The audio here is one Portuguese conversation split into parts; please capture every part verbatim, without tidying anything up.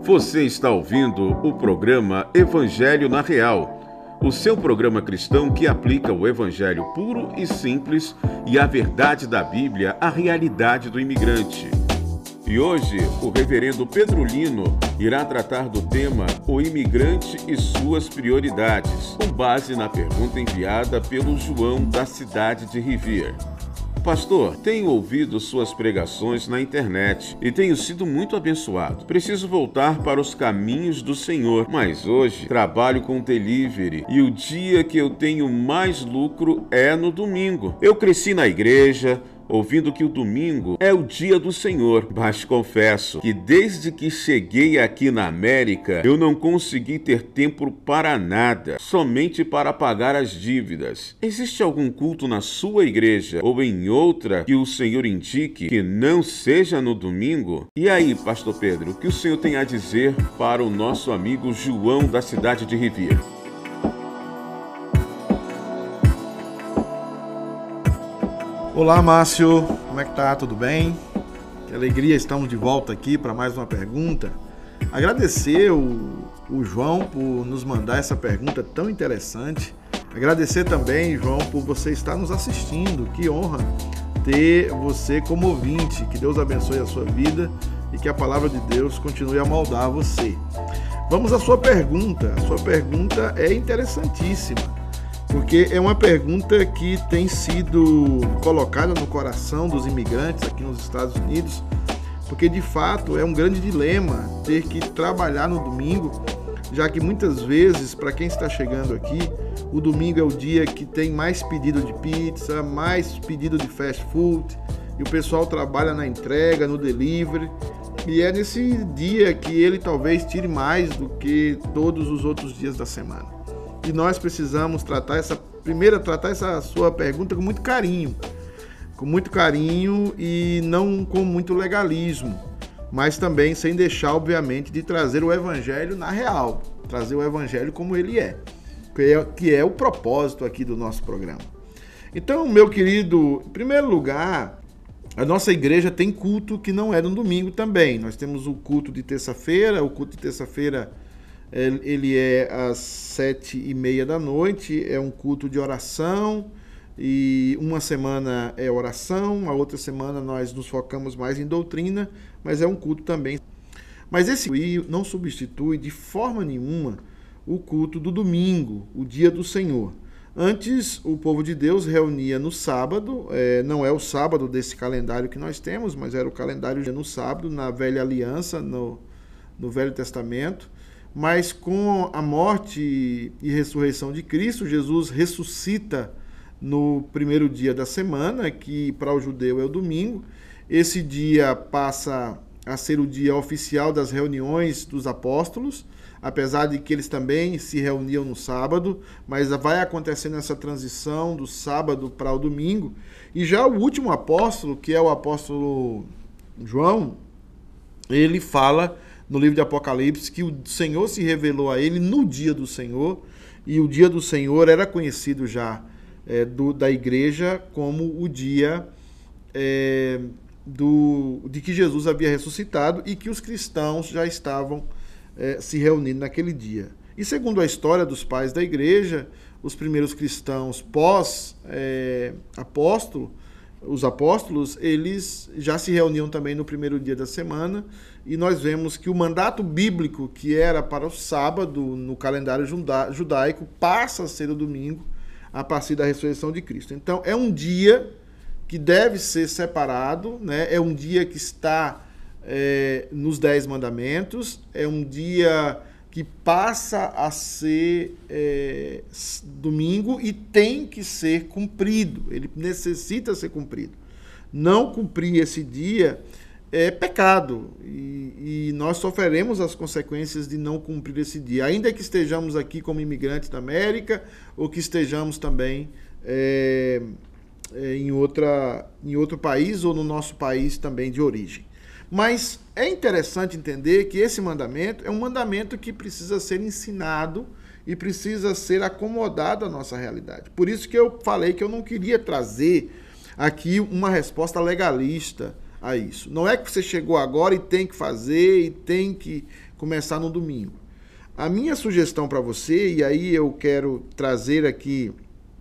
Você está ouvindo o programa Evangelho na Real, o seu programa cristão que aplica o evangelho puro e simples e a verdade da Bíblia à realidade do imigrante. E hoje, o reverendo Pedro Lino irá tratar do tema O Imigrante e Suas Prioridades, com base na pergunta enviada pelo João da cidade de Rivier. Pastor, tenho ouvido suas pregações na internet e tenho sido muito abençoado. Preciso voltar para os caminhos do Senhor, mas hoje trabalho com delivery e o dia que eu tenho mais lucro é no domingo. Eu cresci na igreja, ouvindo que o domingo é o dia do Senhor, mas confesso que desde que cheguei aqui na América, eu não consegui ter tempo para nada, somente para pagar as dívidas. Existe algum culto na sua igreja ou em outra que o Senhor indique que não seja no domingo? E aí, Pastor Pedro, o que o Senhor tem a dizer para o nosso amigo João da cidade de Rivier? Olá, Márcio, como é que tá? Tudo bem? Que alegria, estamos de volta aqui para mais uma pergunta. Agradecer o, o João por nos mandar essa pergunta tão interessante. Agradecer também, João, por você estar nos assistindo. Que honra ter você como ouvinte. Que Deus abençoe a sua vida e que a palavra de Deus continue a moldar você. Vamos à sua pergunta. A sua pergunta é interessantíssima, porque é uma pergunta que tem sido colocada no coração dos imigrantes aqui nos Estados Unidos, porque de fato é um grande dilema ter que trabalhar no domingo, já que muitas vezes, para quem está chegando aqui, o domingo é o dia que tem mais pedido de pizza, mais pedido de fast food, e o pessoal trabalha na entrega, no delivery, e é nesse dia que ele talvez tire mais do que todos os outros dias da semana. E nós precisamos tratar essa, primeiro, tratar essa sua pergunta com muito carinho, com muito carinho e não com muito legalismo, mas também sem deixar, obviamente, de trazer o evangelho na real, trazer o evangelho como ele é, que é, que é o propósito aqui do nosso programa. Então, meu querido, em primeiro lugar, a nossa igreja tem culto que não é no domingo também. Nós temos o culto de terça-feira, o culto de terça-feira ele é às sete e meia da noite, é um culto de oração, e uma semana é oração, a outra semana nós nos focamos mais em doutrina, mas é um culto também. Mas esse não substitui de forma nenhuma o culto do domingo, o dia do Senhor. Antes, o povo de Deus reunia no sábado, é, não é o sábado desse calendário que nós temos, mas era o calendário no sábado, na velha aliança, no, no Velho Testamento. Mas com a morte e ressurreição de Cristo, Jesus ressuscita no primeiro dia da semana, que para o judeu é o domingo. Esse dia passa a ser o dia oficial das reuniões dos apóstolos, apesar de que eles também se reuniam no sábado, mas vai acontecendo essa transição do sábado para o domingo. E já o último apóstolo, que é o apóstolo João, ele fala no livro de Apocalipse que o Senhor se revelou a ele no dia do Senhor, e o dia do Senhor era conhecido já é, do, da igreja como o dia é, do, de que Jesus havia ressuscitado e que os cristãos já estavam é, se reunindo naquele dia. E segundo a história dos pais da igreja, os primeiros cristãos pós-apóstolo, é, os apóstolos, eles já se reuniam também no primeiro dia da semana, e nós vemos que o mandato bíblico, que era para o sábado no calendário judaico, passa a ser o domingo a partir da ressurreição de Cristo. Então, é um dia que deve ser separado, né? É um dia que está é, nos Dez Mandamentos, é um dia que passa a ser é, domingo e tem que ser cumprido, ele necessita ser cumprido. Não cumprir esse dia é pecado, e, e nós sofreremos as consequências de não cumprir esse dia, ainda que estejamos aqui como imigrantes da América, ou que estejamos também é, é, em, outra, em outro país, ou no nosso país também de origem. Mas é interessante entender que esse mandamento é um mandamento que precisa ser ensinado e precisa ser acomodado à nossa realidade. Por isso que eu falei que eu não queria trazer aqui uma resposta legalista a isso. Não é que você chegou agora e tem que fazer e tem que começar no domingo. A minha sugestão para você, e aí eu quero trazer aqui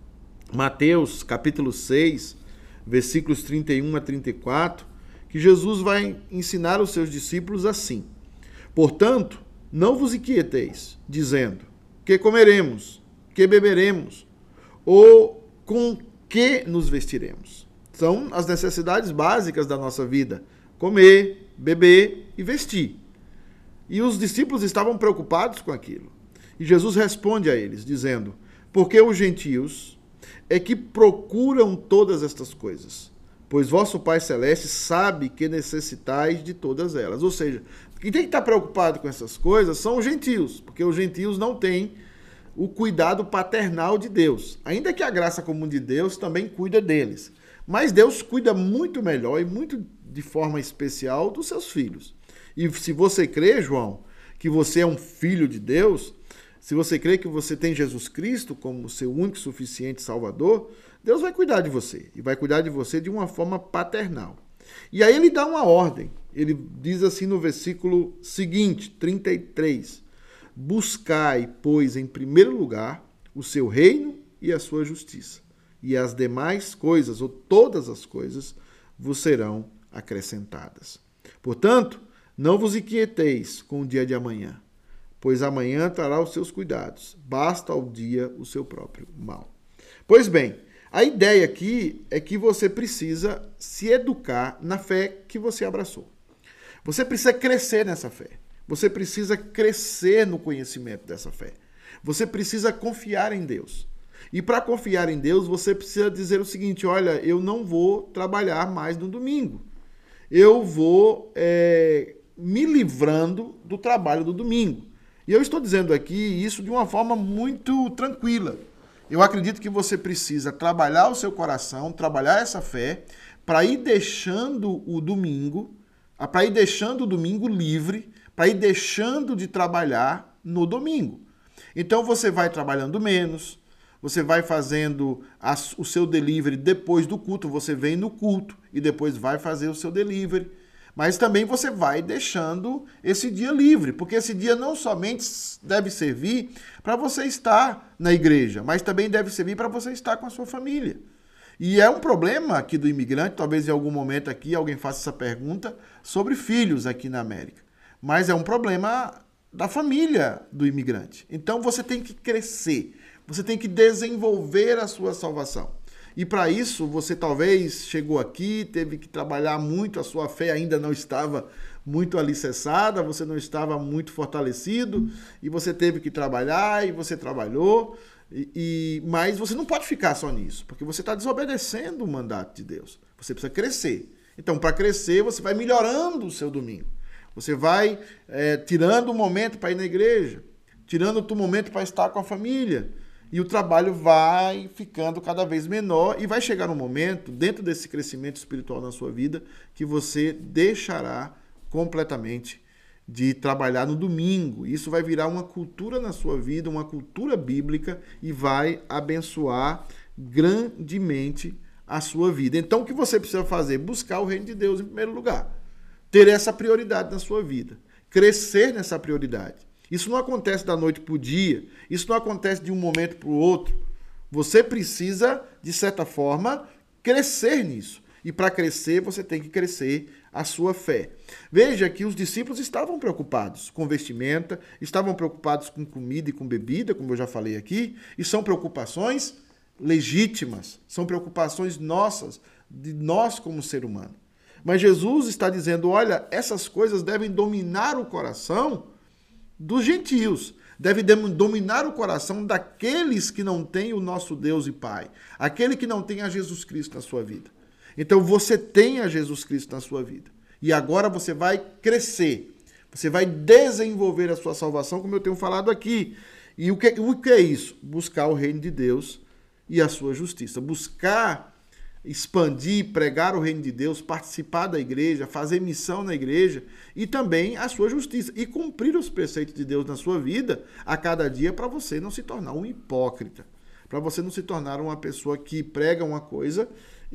Mateus capítulo seis, versículos trinta e um a trinta e quatro, que Jesus vai ensinar os seus discípulos assim: portanto, não vos inquieteis, dizendo, que comeremos, que beberemos, ou com que nos vestiremos. São as necessidades básicas da nossa vida: comer, beber e vestir. E os discípulos estavam preocupados com aquilo. E Jesus responde a eles, dizendo, porque os gentios é que procuram todas estas coisas, pois vosso Pai Celeste sabe que necessitais de todas elas. Ou seja, quem tem que estar preocupado com essas coisas são os gentios, porque os gentios não têm o cuidado paternal de Deus. Ainda que a graça comum de Deus também cuida deles. Mas Deus cuida muito melhor e muito de forma especial dos seus filhos. E se você crê, João, que você é um filho de Deus, se você crê que você tem Jesus Cristo como seu único e suficiente Salvador, Deus vai cuidar de você. E vai cuidar de você de uma forma paternal. E aí ele dá uma ordem. Ele diz assim no versículo seguinte, trinta e três. Buscai, pois, em primeiro lugar, o seu reino e a sua justiça. E as demais coisas, ou todas as coisas, vos serão acrescentadas. Portanto, não vos inquieteis com o dia de amanhã, pois amanhã trará os seus cuidados. Basta ao dia o seu próprio mal. Pois bem, a ideia aqui é que você precisa se educar na fé que você abraçou. Você precisa crescer nessa fé. Você precisa crescer no conhecimento dessa fé. Você precisa confiar em Deus. E para confiar em Deus, você precisa dizer o seguinte: olha, eu não vou trabalhar mais no domingo. Eu vou é, me livrando do trabalho do domingo. E eu estou dizendo aqui isso de uma forma muito tranquila. Eu acredito que você precisa trabalhar o seu coração, trabalhar essa fé, para ir deixando o domingo, para ir deixando o domingo livre, para ir deixando de trabalhar no domingo. Então você vai trabalhando menos, você vai fazendo a, o seu delivery depois do culto, você vem no culto e depois vai fazer o seu delivery. Mas também você vai deixando esse dia livre, porque esse dia não somente deve servir para você estar na igreja, mas também deve servir para você estar com a sua família. E é um problema aqui do imigrante, talvez em algum momento aqui alguém faça essa pergunta sobre filhos aqui na América. Mas é um problema da família do imigrante. Então você tem que crescer, você tem que desenvolver a sua salvação. E para isso você talvez chegou aqui, teve que trabalhar muito, a sua fé ainda não estava muito alicerçada, você não estava muito fortalecido, e você teve que trabalhar, e você trabalhou, e, e, mas você não pode ficar só nisso, porque você está desobedecendo o mandato de Deus. Você precisa crescer. Então, para crescer, você vai melhorando o seu domingo. Você vai é, tirando um momento para ir na igreja, tirando outro momento para estar com a família. E o trabalho vai ficando cada vez menor e vai chegar um momento, dentro desse crescimento espiritual na sua vida, que você deixará completamente de trabalhar no domingo. Isso vai virar uma cultura na sua vida, uma cultura bíblica, e vai abençoar grandemente a sua vida. Então, o que você precisa fazer? Buscar o reino de Deus em primeiro lugar. Ter essa prioridade na sua vida. Crescer nessa prioridade. Isso não acontece da noite para o dia. Isso não acontece de um momento para o outro. Você precisa, de certa forma, crescer nisso. E para crescer, você tem que crescer a sua fé. Veja que os discípulos estavam preocupados com vestimenta, estavam preocupados com comida e com bebida, como eu já falei aqui, e são preocupações legítimas, são preocupações nossas, de nós como ser humano. Mas Jesus está dizendo, olha, essas coisas devem dominar o coração dos gentios, deve dominar o coração daqueles que não têm o nosso Deus e Pai, aquele que não tem a Jesus Cristo na sua vida. Então você tem a Jesus Cristo na sua vida. E agora você vai crescer, você vai desenvolver a sua salvação, como eu tenho falado aqui. E o que, o que é isso? Buscar o reino de Deus e a sua justiça. Buscar expandir, pregar o reino de Deus, participar da igreja, fazer missão na igreja e também a sua justiça. E cumprir os preceitos de Deus na sua vida a cada dia, para você não se tornar um hipócrita, para você não se tornar uma pessoa que prega uma coisa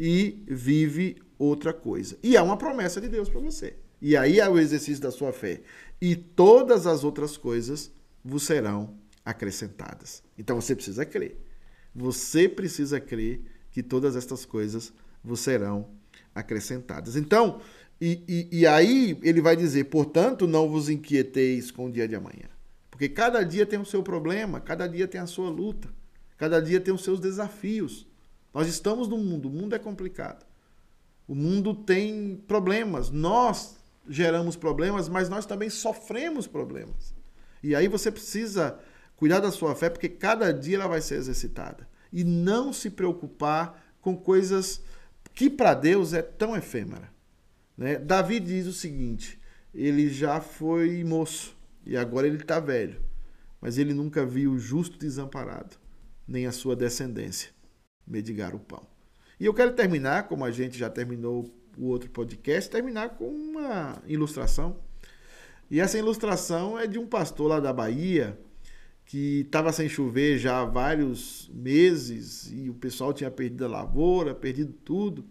e vive outra coisa. E é uma promessa de Deus para você. E aí é o exercício da sua fé. e todas as outras coisas vos serão acrescentadas. Então você precisa crer. Você precisa crer que todas estas coisas vos serão acrescentadas. Então, e, e, e aí ele vai dizer, portanto, não vos inquieteis com o dia de amanhã. Porque cada dia tem o seu problema, cada dia tem a sua luta, cada dia tem os seus desafios. Nós estamos no mundo, o mundo é complicado. O mundo tem problemas, nós geramos problemas, mas nós também sofremos problemas. E aí você precisa cuidar da sua fé, porque cada dia ela vai ser exercitada. E não se preocupar com coisas que para Deus é tão efêmera. Né? Davi diz o seguinte, ele já foi moço e agora ele está velho, mas ele nunca viu o justo desamparado, nem a sua descendência mendigar o pão. E eu quero terminar, como a gente já terminou o outro podcast, terminar com uma ilustração. E essa ilustração é de um pastor lá da Bahia, que estava sem chover já há vários meses, e o pessoal tinha perdido a lavoura, perdido tudo,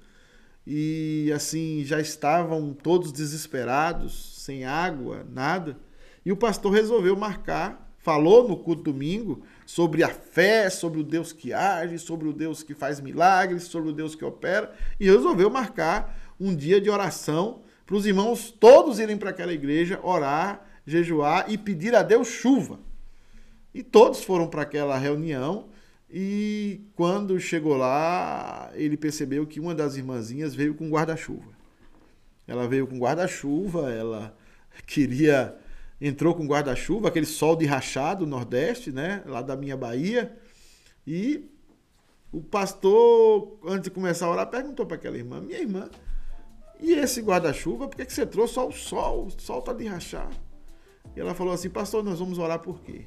e assim, já estavam todos desesperados, sem água, nada. E o pastor resolveu marcar, falou no culto domingo sobre a fé, sobre o Deus que age, sobre o Deus que faz milagres, sobre o Deus que opera, e resolveu marcar um dia de oração para os irmãos todos irem para aquela igreja, orar, jejuar e pedir a Deus chuva. E todos foram para aquela reunião e quando chegou lá, ele percebeu que uma das irmãzinhas veio com guarda-chuva. Ela veio com guarda-chuva, ela queria... entrou com guarda-chuva, aquele sol de rachado, nordeste, né, lá da minha Bahia, e o pastor, antes de começar a orar, perguntou para aquela irmã, minha irmã, e esse guarda-chuva, por que que você trouxe só o sol? O sol está de rachar. E ela falou assim, pastor, nós vamos orar por quê?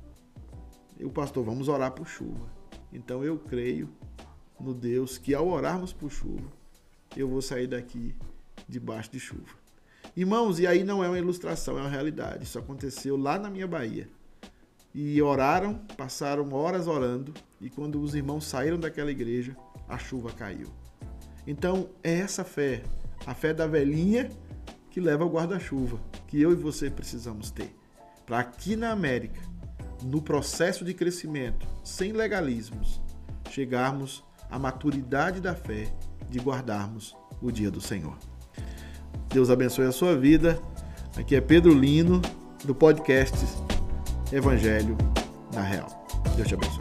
E o pastor, vamos orar por chuva. Então eu creio no Deus que ao orarmos por chuva, eu vou sair daqui debaixo de chuva. Irmãos, e aí não é uma ilustração, é uma realidade. Isso aconteceu lá na minha Bahia. E oraram, passaram horas orando, e quando os irmãos saíram daquela igreja, a chuva caiu. Então, é essa fé, a fé da velhinha que leva o guarda-chuva, que eu e você precisamos ter. Para aqui na América, no processo de crescimento, sem legalismos, chegarmos à maturidade da fé de guardarmos o dia do Senhor. Deus abençoe a sua vida. Aqui é Pedro Lino, do podcast Evangelho na Real. Deus te abençoe.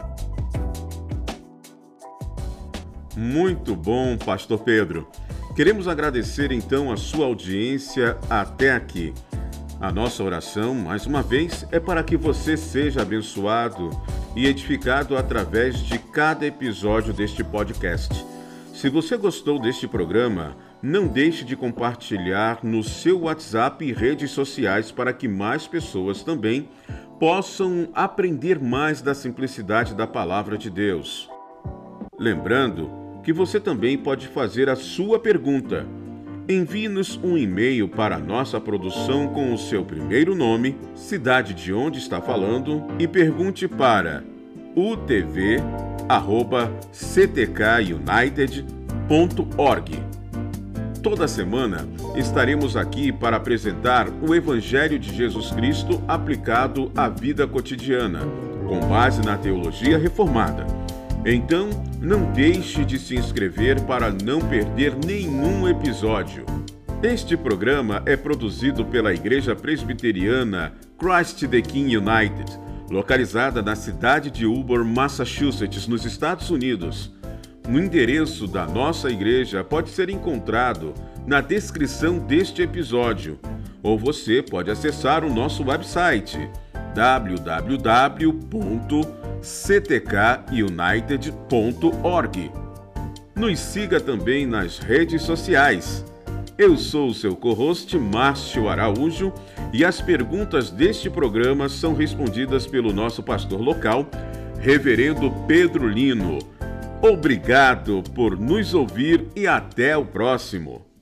Muito bom, Pastor Pedro. Queremos agradecer então a sua audiência até aqui. A nossa oração, mais uma vez, é para que você seja abençoado e edificado através de cada episódio deste podcast. Se você gostou deste programa, não deixe de compartilhar no seu WhatsApp e redes sociais para que mais pessoas também possam aprender mais da simplicidade da Palavra de Deus. Lembrando que você também pode fazer a sua pergunta. Envie-nos um e-mail para a nossa produção com o seu primeiro nome, cidade de onde está falando e pergunte para u t v arroba c t k united ponto org. Toda semana estaremos aqui para apresentar o Evangelho de Jesus Cristo aplicado à vida cotidiana, com base na teologia reformada. Então, não deixe de se inscrever para não perder nenhum episódio. Este programa é produzido pela Igreja Presbiteriana Christ the King United, localizada na cidade de Auburn, Massachusetts, nos Estados Unidos. O endereço da nossa igreja pode ser encontrado na descrição deste episódio, ou você pode acessar o nosso website w w w ponto c t k united ponto org. Nos siga também nas redes sociais. Eu sou o seu co-host, Márcio Araújo, e as perguntas deste programa são respondidas pelo nosso pastor local, Reverendo Pedro Lino. Obrigado por nos ouvir e até o próximo.